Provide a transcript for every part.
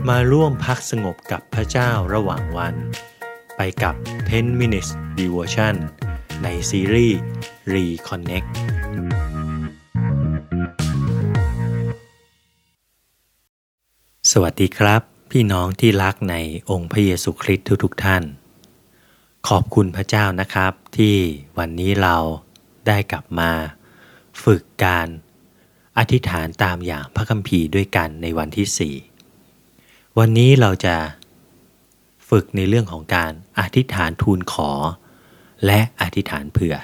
มาร่วมพักสงบกับพระเจ้าระหว่างวันไปกับ 10 minutes devotion ในซีรีส์ Reconnect สวัสดีครับพี่น้องที่รักในองค์พระเยซูคริสต์ทุกท่านขอบคุณพระเจ้านะครับที่วันนี้เราได้กลับมาฝึกการอธิษฐานตามอย่างพระคัมภีร์ด้วยกันในวันที่4วันนี้เราจะฝึกในเรื่องของการอธิษฐานทูลขอและอธิษฐานเผื่อ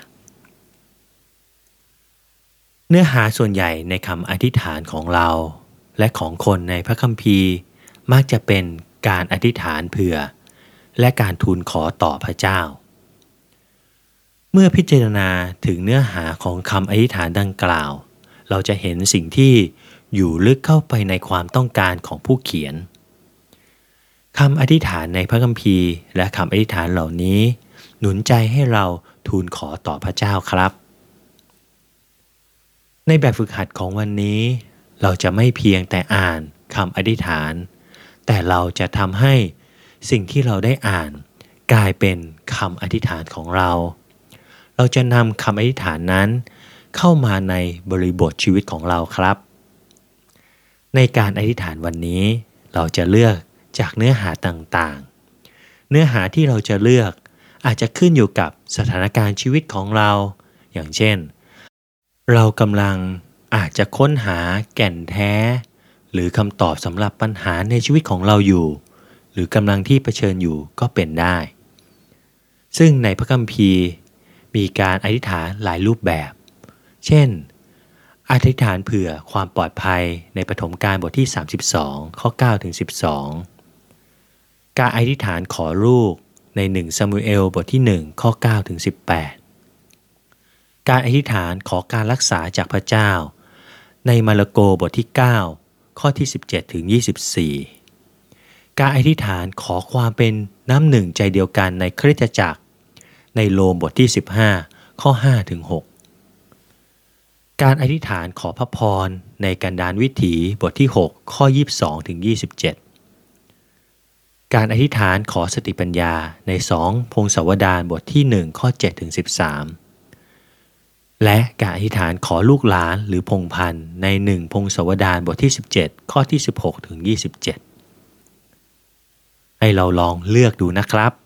เนื้อหาส่วนใหญ่ในคำอธิษฐานของเราและของคนในพระคัมภีร์มักจะเป็นการอธิษฐานเผื่อและการทูลขอต่อพระเจ้าเมื่อพิจารณาถึงเนื้อหาของคำอธิษฐานดังกล่าวเราจะเห็นสิ่งที่อยู่ลึกเข้าไปในความต้องการของผู้เขียนคำอธิษฐานในพระคัมภีร์และคำอธิษฐานเหล่านี้หนุนใจให้เราทูลขอต่อพระเจ้าครับในแบบฝึกหัดของวันนี้เราจะไม่เพียงแต่อ่านคำอธิษฐานแต่เราจะทำให้สิ่งที่เราได้อ่านกลายเป็นคำอธิษฐานของเราจะนำคำอธิษฐานนั้นเข้ามาในบริบทชีวิตของเราครับในการอธิษฐานวันนี้เราจะเลือกจากเนื้อหาต่างๆเนื้อหาที่เราจะเลือกอาจจะขึ้นอยู่กับสถานการณ์ชีวิตของเราอย่างเช่นเรากำลังอาจจะค้นหาแก่นแท้หรือคำตอบสำหรับปัญหาในชีวิตของเราอยู่หรือกำลังที่เผชิญอยู่ก็เป็นได้ซึ่งในพระคัมภีร์มีการอธิษฐานหลายรูปแบบเช่นอธิษฐานเผื่อความปลอดภัยในปฐมกาลบทที่32ข้อ9ถึง12การอธิษฐานขอลูกใน1ซามูเอลบทที่1ข้อ9ถึง18การอธิษฐานขอการรักษาจากพระเจ้าในมาระโกบทที่9ข้อที่17ถึง24การอธิษฐานขอความเป็นน้ำหนึ่งใจเดียวกันในคริสตจักรในโรมบทที่15ข้อ5ถึง6การอธิษฐานขอพระพรในกันดารวิถีบทที่6ข้อ22ถึง27การอธิษฐานขอสติปัญญาใน2พงศาวดารบทที่1ข้อ7ถึง13และการอธิษฐานขอลูกหลานหรือพงศ์พันธุ์ใน1พงศาวดารบทที่17ข้อที่16ถึง27ให้เราลองเลือกดูนะครับ